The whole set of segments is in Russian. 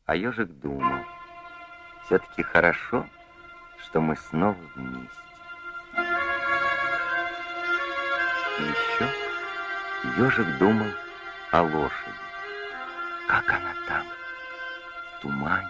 А ежик думал, все-таки хорошо, что мы снова вместе. И еще ежик думал о лошади. Как она там, в тумане.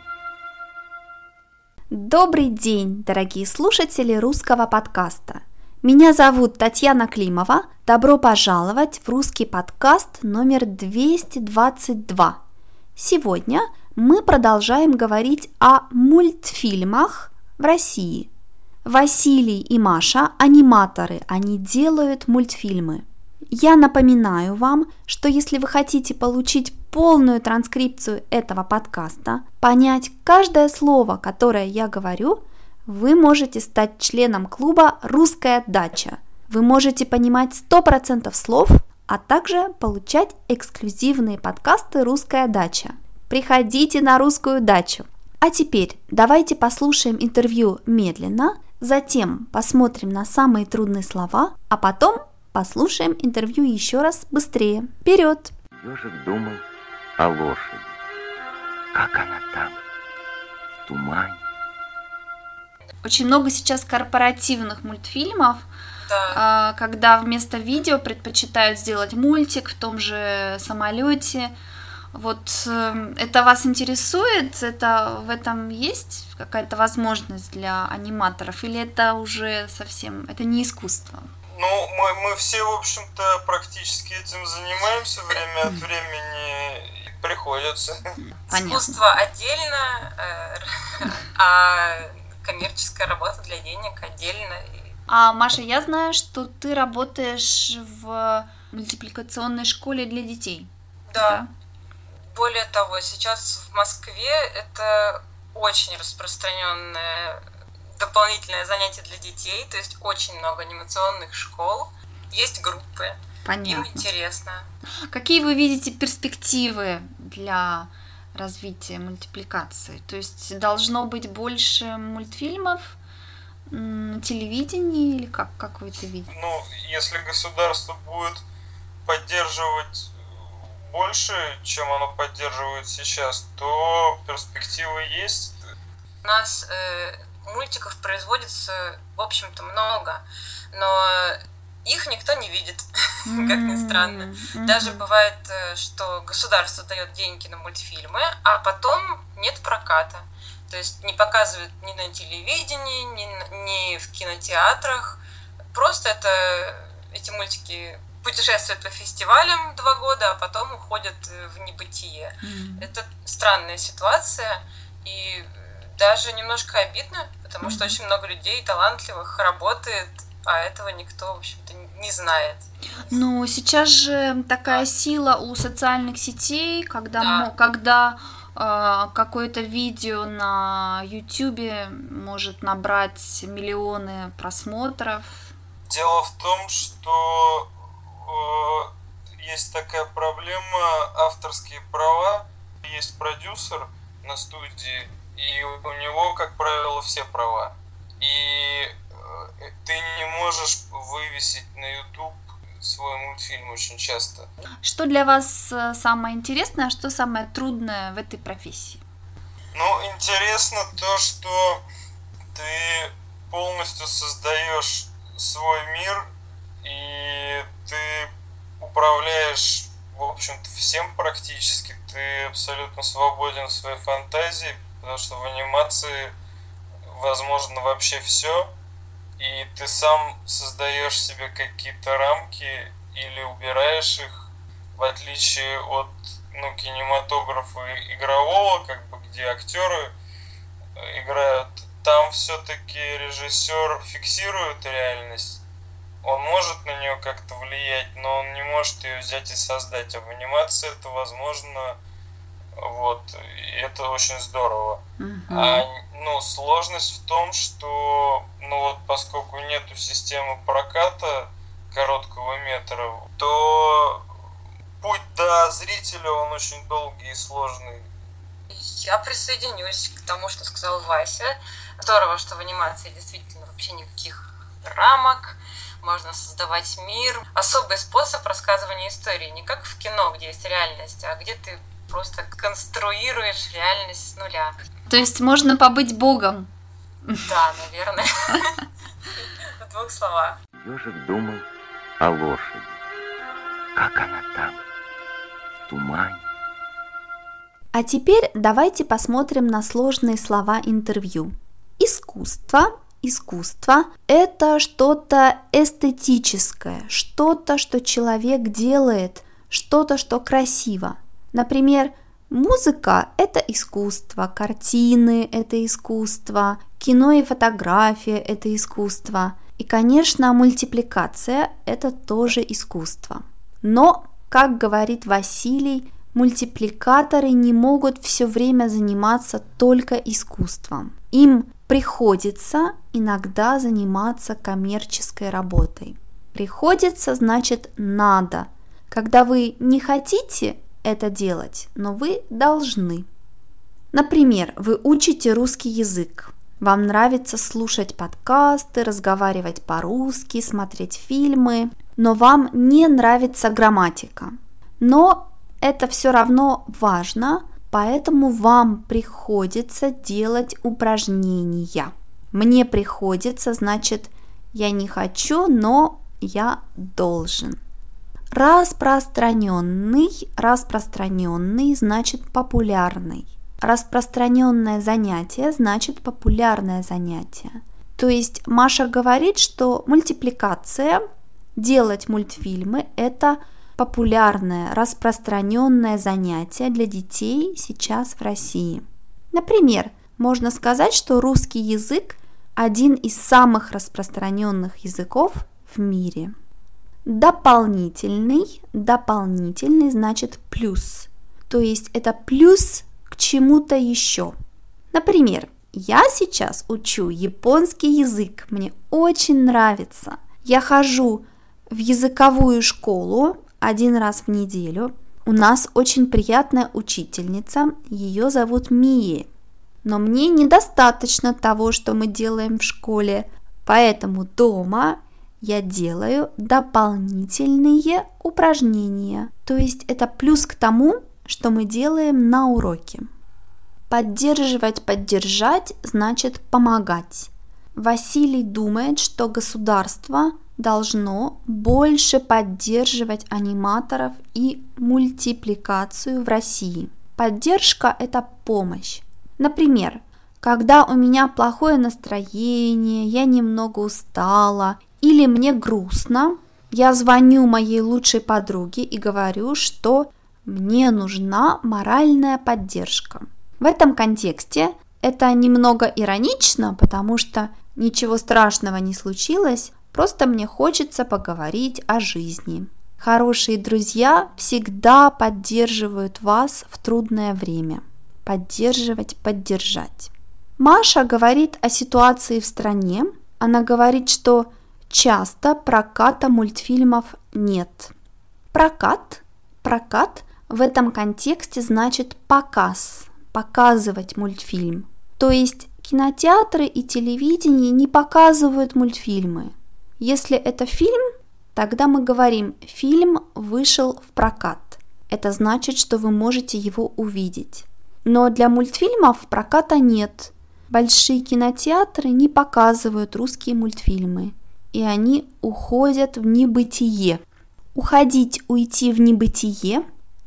Добрый день, дорогие слушатели русского подкаста. Меня зовут Татьяна Климова. Добро пожаловать в русский подкаст номер 222. Сегодня мы продолжаем говорить о мультфильмах в России. Василий и Маша – аниматоры, они делают мультфильмы. Я напоминаю вам, что если вы хотите получить полную транскрипцию этого подкаста, понять каждое слово, которое я говорю, вы можете стать членом клуба «Русская дача». Вы можете понимать 100% слов, а также получать эксклюзивные подкасты «Русская дача». Приходите на «Русскую дачу». А теперь давайте послушаем интервью медленно, затем посмотрим на самые трудные слова, а потом послушаем интервью еще раз быстрее. Вперед! Ежик думал о лошади. Как она там, в тумане. Очень много сейчас корпоративных мультфильмов, Да. когда вместо видео предпочитают сделать мультик в том же самолете. Вот это вас интересует? В этом есть какая-то возможность для аниматоров? Или это уже совсем, это не искусство? Ну, мы все, в общем-то, практически этим занимаемся время от времени, и приходится. Понятно. Искусство отдельно, а коммерческая работа для денег отдельно. А, Маша, я знаю, что ты работаешь в мультипликационной школе для детей. Да. Более того, сейчас в Москве это очень распространенное дополнительное занятие для детей, то есть очень много анимационных школ, есть группы, Понятно. им интересно. Какие вы видите перспективы для развития мультипликации? То есть должно быть больше мультфильмов на телевидении или как вы это видите? Ну, если государство будет поддерживать больше, чем оно поддерживает сейчас, то перспективы есть. У нас мультиков производится, в общем-то, много, но их никто не видит, как ни странно. Даже бывает, что государство дает деньги на мультфильмы, а потом нет проката. То есть не показывают ни на телевидении, ни в кинотеатрах. Просто эти мультики путешествуют по фестивалям 2 года, а потом уходят в небытие. Это странная ситуация, и даже немножко обидно, потому что очень много людей талантливых работает, а этого никто, в общем-то, не знает. Ну, сейчас же такая сила у социальных сетей, когда какое-то видео на YouTube может набрать миллионы просмотров. Дело в том, что есть такая проблема, авторские права, есть продюсер на студии, и у него, как правило, все права. И ты не можешь вывесить на YouTube свой мультфильм очень часто. Что для вас самое интересное, а что самое трудное в этой профессии? Ну, интересно то, что ты полностью создаешь свой мир, и ты управляешь, в общем-то, всем практически. Ты абсолютно свободен в своей фантазии, потому что в анимации возможно вообще все, и ты сам создаешь себе какие-то рамки или убираешь их, в отличие от кинематографа игрового, где актеры играют. Там все-таки режиссер фиксирует реальность. Он может на нее как-то влиять, но он не может ее взять и создать. А в анимации это возможно. И это очень здорово. Сложность в том, что поскольку нету системы проката короткого метра, то путь до зрителя он очень долгий и сложный. Я присоединюсь к тому, что сказал Вася. Здорово, что в анимации действительно вообще никаких рамок, можно создавать мир. Особый способ рассказывания истории, не как в кино, где есть реальность, а где ты просто конструируешь реальность с нуля. То есть можно побыть богом? Да, наверное. В двух словах. Ежик думал о лошади. Как она там, в тумане. А теперь давайте посмотрим на сложные слова интервью. Искусство. Искусство – это что-то эстетическое, что-то, что человек делает, что-то, что красиво. Например, музыка – это искусство, картины – это искусство, кино и фотография – это искусство. И, конечно, мультипликация – это тоже искусство. Но, как говорит Василий, мультипликаторы не могут все время заниматься только искусством. Им приходится иногда заниматься коммерческой работой. Приходится, значит, надо. Когда вы не хотите это делать, но вы должны. Например, вы учите русский язык. Вам нравится слушать подкасты, разговаривать по-русски, смотреть фильмы, но вам не нравится грамматика. Но это все равно важно, поэтому вам приходится делать упражнения. Мне приходится, значит, я не хочу, но я должен. Распространенный значит популярный. Распространенное занятие значит популярное занятие. То есть Маша говорит, что мультипликация, делать мультфильмы – это популярное, распространенное занятие для детей сейчас в России. Например, можно сказать, что русский язык – один из самых распространенных языков в мире. Дополнительный значит плюс, то есть это плюс к чему-то еще. Например, я сейчас учу японский язык, мне очень нравится. Я хожу в языковую школу 1 раз в неделю. У нас очень приятная учительница, ее зовут Мия. Но мне недостаточно того, что мы делаем в школе, поэтому дома я делаю дополнительные упражнения. То есть это плюс к тому, что мы делаем на уроке. Поддержать значит помогать. Василий думает, что государство должно больше поддерживать аниматоров и мультипликацию в России. Поддержка – это помощь. Например, когда у меня плохое настроение, я немного устала или мне грустно, я звоню моей лучшей подруге и говорю, что мне нужна моральная поддержка. В этом контексте это немного иронично, потому что ничего страшного не случилось, просто мне хочется поговорить о жизни. Хорошие друзья всегда поддерживают вас в трудное время. Поддержать. Маша говорит о ситуации в стране. Она говорит, что часто проката мультфильмов нет. Прокат в этом контексте значит показ, показывать мультфильм. То есть кинотеатры и телевидение не показывают мультфильмы. Если это фильм, тогда мы говорим «фильм вышел в прокат». Это значит, что вы можете его увидеть. Но для мультфильмов проката нет. Большие кинотеатры не показывают русские мультфильмы, и они уходят в небытие. Уйти в небытие,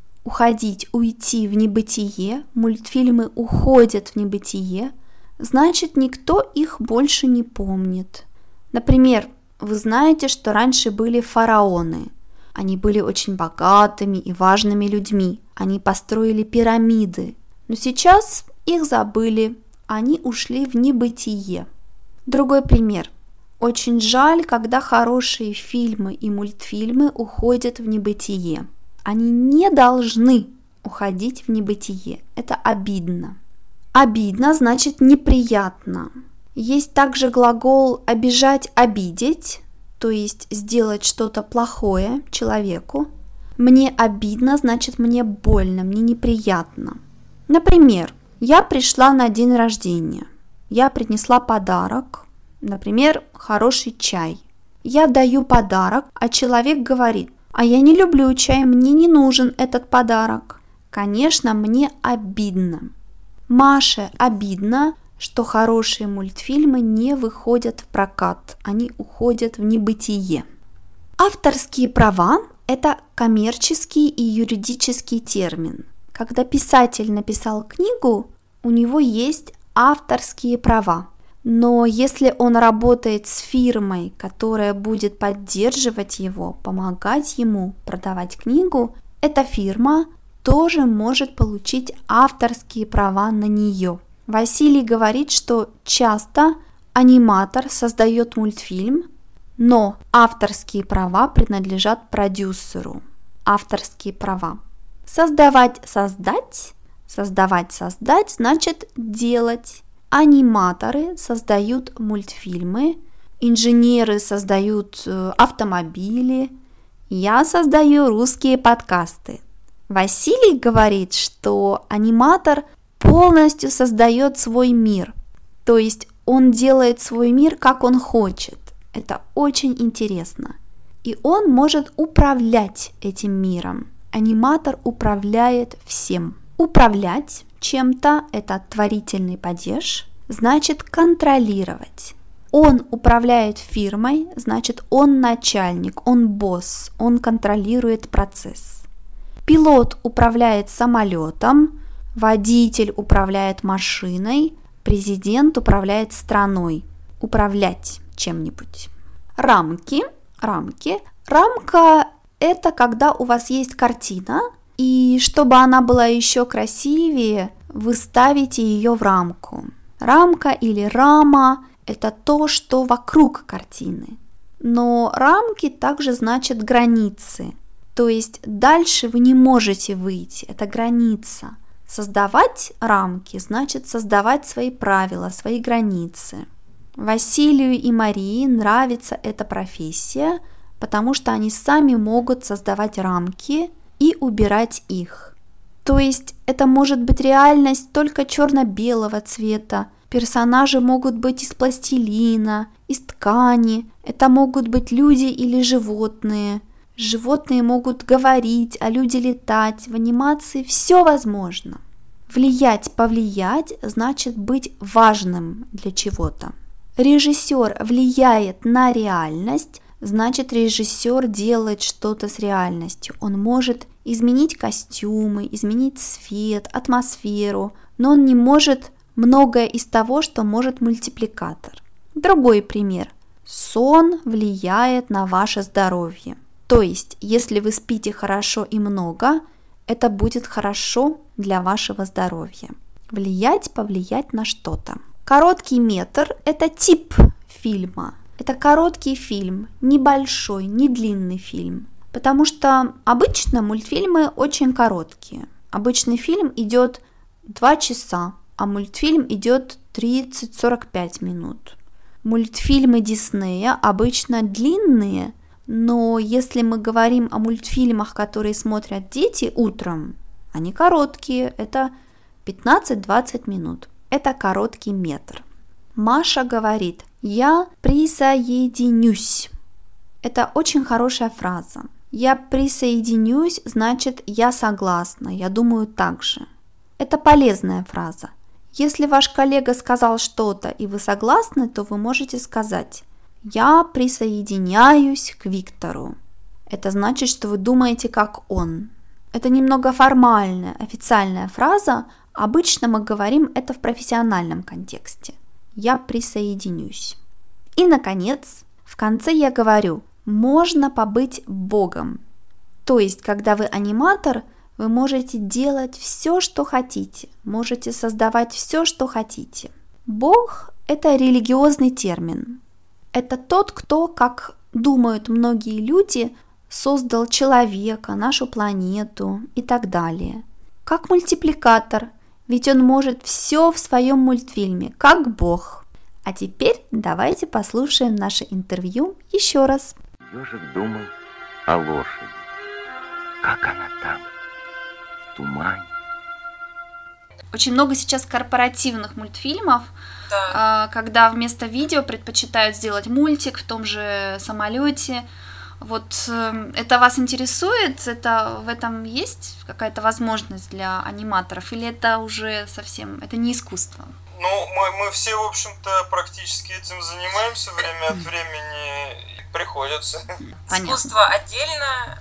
мультфильмы уходят в небытие, значит, никто их больше не помнит. Например, вы знаете, что раньше были фараоны. Они были очень богатыми и важными людьми. Они построили пирамиды. Но сейчас их забыли, они ушли в небытие. Другой пример. Очень жаль, когда хорошие фильмы и мультфильмы уходят в небытие. Они не должны уходить в небытие. Это обидно. Обидно значит неприятно. Есть также глагол обижать, обидеть, то есть сделать что-то плохое человеку. Мне обидно значит мне больно, мне неприятно. Например, я пришла на день рождения. Я принесла подарок, например, хороший чай. Я даю подарок, а человек говорит: а я не люблю чай, мне не нужен этот подарок. Конечно, мне обидно. Маше обидно, что хорошие мультфильмы не выходят в прокат, они уходят в небытие. Авторские права – это коммерческий и юридический термин. Когда писатель написал книгу, у него есть авторские права. Но если он работает с фирмой, которая будет поддерживать его, помогать ему продавать книгу, эта фирма тоже может получить авторские права на нее. Василий говорит, что часто аниматор создает мультфильм, но авторские права принадлежат продюсеру. Авторские права. Создавать значит делать. Аниматоры создают мультфильмы, инженеры создают автомобили, я создаю русские подкасты. Василий говорит, что аниматор полностью создает свой мир, то есть он делает свой мир, как он хочет. Это очень интересно. И он может управлять этим миром. Аниматор управляет всем. Управлять чем-то – это творительный падеж, значит контролировать. Он управляет фирмой, значит он начальник, он босс, он контролирует процесс. Пилот управляет самолетом, водитель управляет машиной, президент управляет страной. Управлять чем-нибудь. Рамка – это когда у вас есть картина, и чтобы она была еще красивее, вы ставите ее в рамку. Рамка или рама – это то, что вокруг картины. Но рамки также значат границы. То есть дальше вы не можете выйти, это граница. Создавать рамки значит создавать свои правила, свои границы. Василию и Марии нравится эта профессия, потому что они сами могут создавать рамки и убирать их. То есть это может быть реальность только черно-белого цвета, персонажи могут быть из пластилина, из ткани, это могут быть люди или животные. Животные могут говорить, а люди летать. В анимации все возможно. Повлиять значит быть важным для чего-то. Режиссер влияет на реальность, значит режиссер делает что-то с реальностью. Он может изменить костюмы, изменить свет, атмосферу, но он не может многое из того, что может мультипликатор. Другой пример. Сон влияет на ваше здоровье. То есть, если вы спите хорошо и много, это будет хорошо для вашего здоровья. Повлиять на что-то. Короткий метр – это тип фильма. Это короткий фильм, небольшой, не длинный фильм. Потому что обычно мультфильмы очень короткие. Обычный фильм идет 2 часа, а мультфильм идет 30-45 минут. Мультфильмы Диснея обычно длинные, но если мы говорим о мультфильмах, которые смотрят дети утром, они короткие, это 15-20 минут. Это короткий метр. Маша говорит: «Я присоединюсь». Это очень хорошая фраза. «Я присоединюсь» значит «я согласна», «я думаю так же». Это полезная фраза. Если ваш коллега сказал что-то и вы согласны, то вы можете сказать: «Я присоединяюсь к Виктору». Это значит, что вы думаете, как он. Это немного формальная, официальная фраза. Обычно мы говорим это в профессиональном контексте. «Я присоединюсь». И, наконец, в конце я говорю: можно побыть Богом. То есть, когда вы аниматор, вы можете делать все, что хотите, можете создавать все, что хотите. Бог – это религиозный термин. Это тот, кто, как думают многие люди, создал человека, нашу планету и так далее. Как мультипликатор, ведь он может все в своем мультфильме, как Бог. А теперь давайте послушаем наше интервью еще раз. Ежик думал о лошади. Как она там, в тумане. Очень много сейчас корпоративных мультфильмов, Да. когда вместо видео предпочитают сделать мультик в том же самолете. Вот это вас интересует? Это в этом есть какая-то возможность для аниматоров? Или это уже совсем, это не искусство? Ну, мы все, в общем-то, практически этим занимаемся время от времени, приходится. Понятно. Искусство отдельно,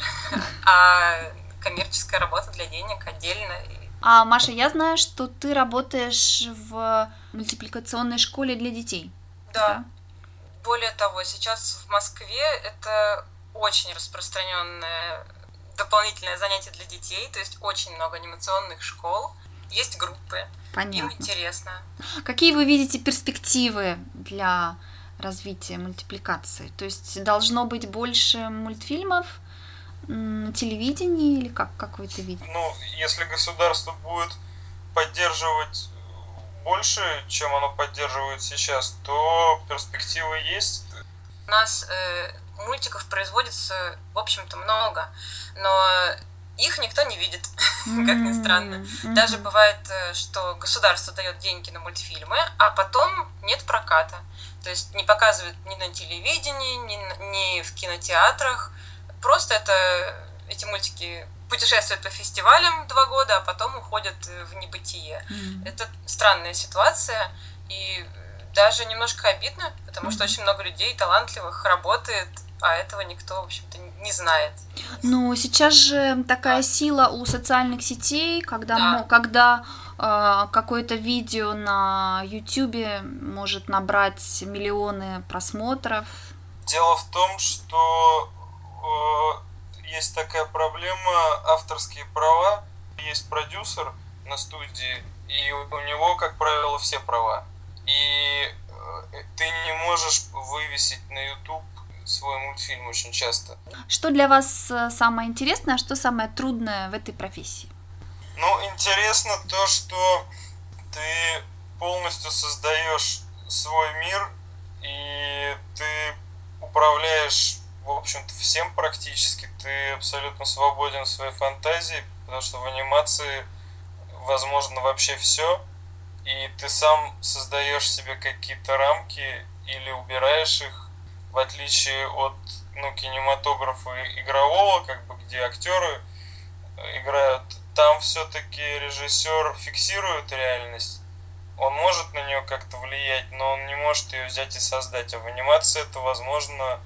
а коммерческая работа для денег отдельно. А, Маша, я знаю, что ты работаешь в мультипликационной школе для детей. Да. Более того, сейчас в Москве это очень распространенное дополнительное занятие для детей, то есть очень много анимационных школ, есть группы, Понятно. им интересно. Какие вы видите перспективы для развития мультипликации? То есть должно быть больше мультфильмов на телевидении или как вы это видите? Ну, если государство будет поддерживать больше, чем оно поддерживает сейчас, то перспективы есть. У нас мультиков производится, в общем-то, много, но их никто не видит, как ни странно. Даже бывает, что государство дает деньги на мультфильмы, а потом нет проката. То есть не показывают ни на телевидении, ни в кинотеатрах. Просто эти мультики путешествуют по фестивалям 2 года, а потом уходят в небытие. Это странная ситуация, и даже немножко обидно, потому что очень много людей талантливых работает, а этого никто, в общем-то, не знает. Ну, сейчас же такая сила у социальных сетей, когда какое-то видео на YouTube может набрать миллионы просмотров. Дело в том, что есть такая проблема, авторские права, есть продюсер на студии, и у него, как правило, все права. И ты не можешь вывесить на YouTube свой мультфильм очень часто. Что для вас самое интересное, а что самое трудное в этой профессии? Ну, интересно то, что ты полностью создаешь свой мир, и ты управляешь, в общем-то, всем практически. Ты абсолютно свободен в своей фантазии, потому что в анимации возможно вообще все, и ты сам создаешь себе какие-то рамки или убираешь их, в отличие от кинематографа игрового, где актеры играют. Там все-таки режиссер фиксирует реальность. Он может на нее как-то влиять, но он не может ее взять и создать. А в анимации это возможно,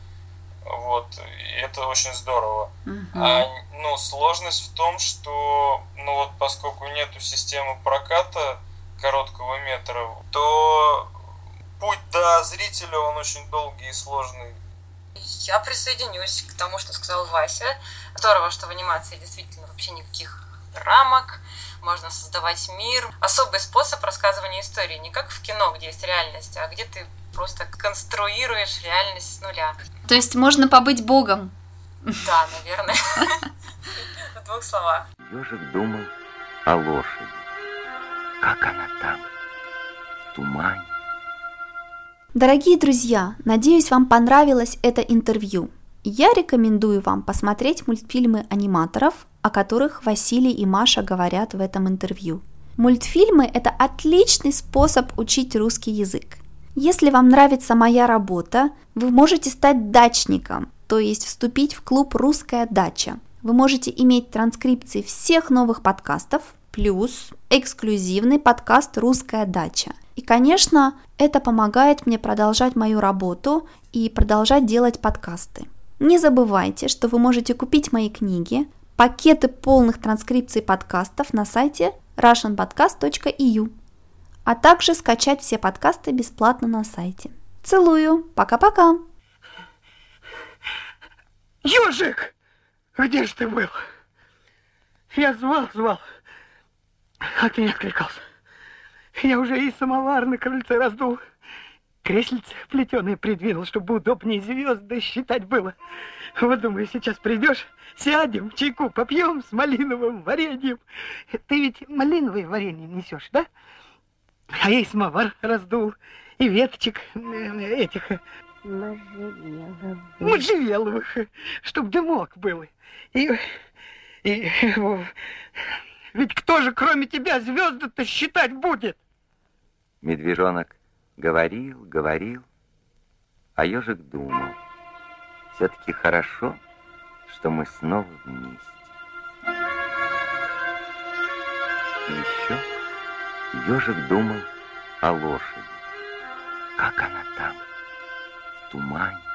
и это очень здорово. Сложность в том, что, поскольку нету системы проката короткого метра, то путь до зрителя, он очень долгий и сложный. Я присоединюсь к тому, что сказал Вася. Здорово, что в анимации действительно вообще никаких рамок, можно создавать мир. Особый способ рассказывания истории, не как в кино, где есть реальность, а где ты просто конструируешь реальность с нуля. То есть можно побыть богом? Да, наверное. В 2 словах. Ежик думал о лошади. Как она там, в тумане. Дорогие друзья, надеюсь, вам понравилось это интервью. Я рекомендую вам посмотреть мультфильмы аниматоров, о которых Василий и Маша говорят в этом интервью. Мультфильмы – это отличный способ учить русский язык. Если вам нравится моя работа, вы можете стать дачником, то есть вступить в клуб «Русская дача». Вы можете иметь транскрипции всех новых подкастов, плюс эксклюзивный подкаст «Русская дача». И, конечно, это помогает мне продолжать мою работу и продолжать делать подкасты. Не забывайте, что вы можете купить мои книги, пакеты полных транскрипций подкастов на сайте russianpodcast.eu, а также скачать все подкасты бесплатно на сайте. Целую, пока-пока! Ёжик! Где ж ты был? Я звал, а ты не откликался. Я уже и самовар на крыльце раздул, креслице плетеное придвинул, чтобы удобнее звезды считать было. Вот думаю, сейчас придешь, сядем, чайку попьем с малиновым вареньем. Ты ведь малиновое варенье несешь, да? А я и самовар раздул, и веточек этих можжевеловых, чтоб дымок был. И ведь кто же, кроме тебя, звезды-то считать будет? Медвежонок говорил, а ежик думал. Все-таки хорошо, что мы снова вместе. И еще ежик думал о лошади. Как она там, в тумане,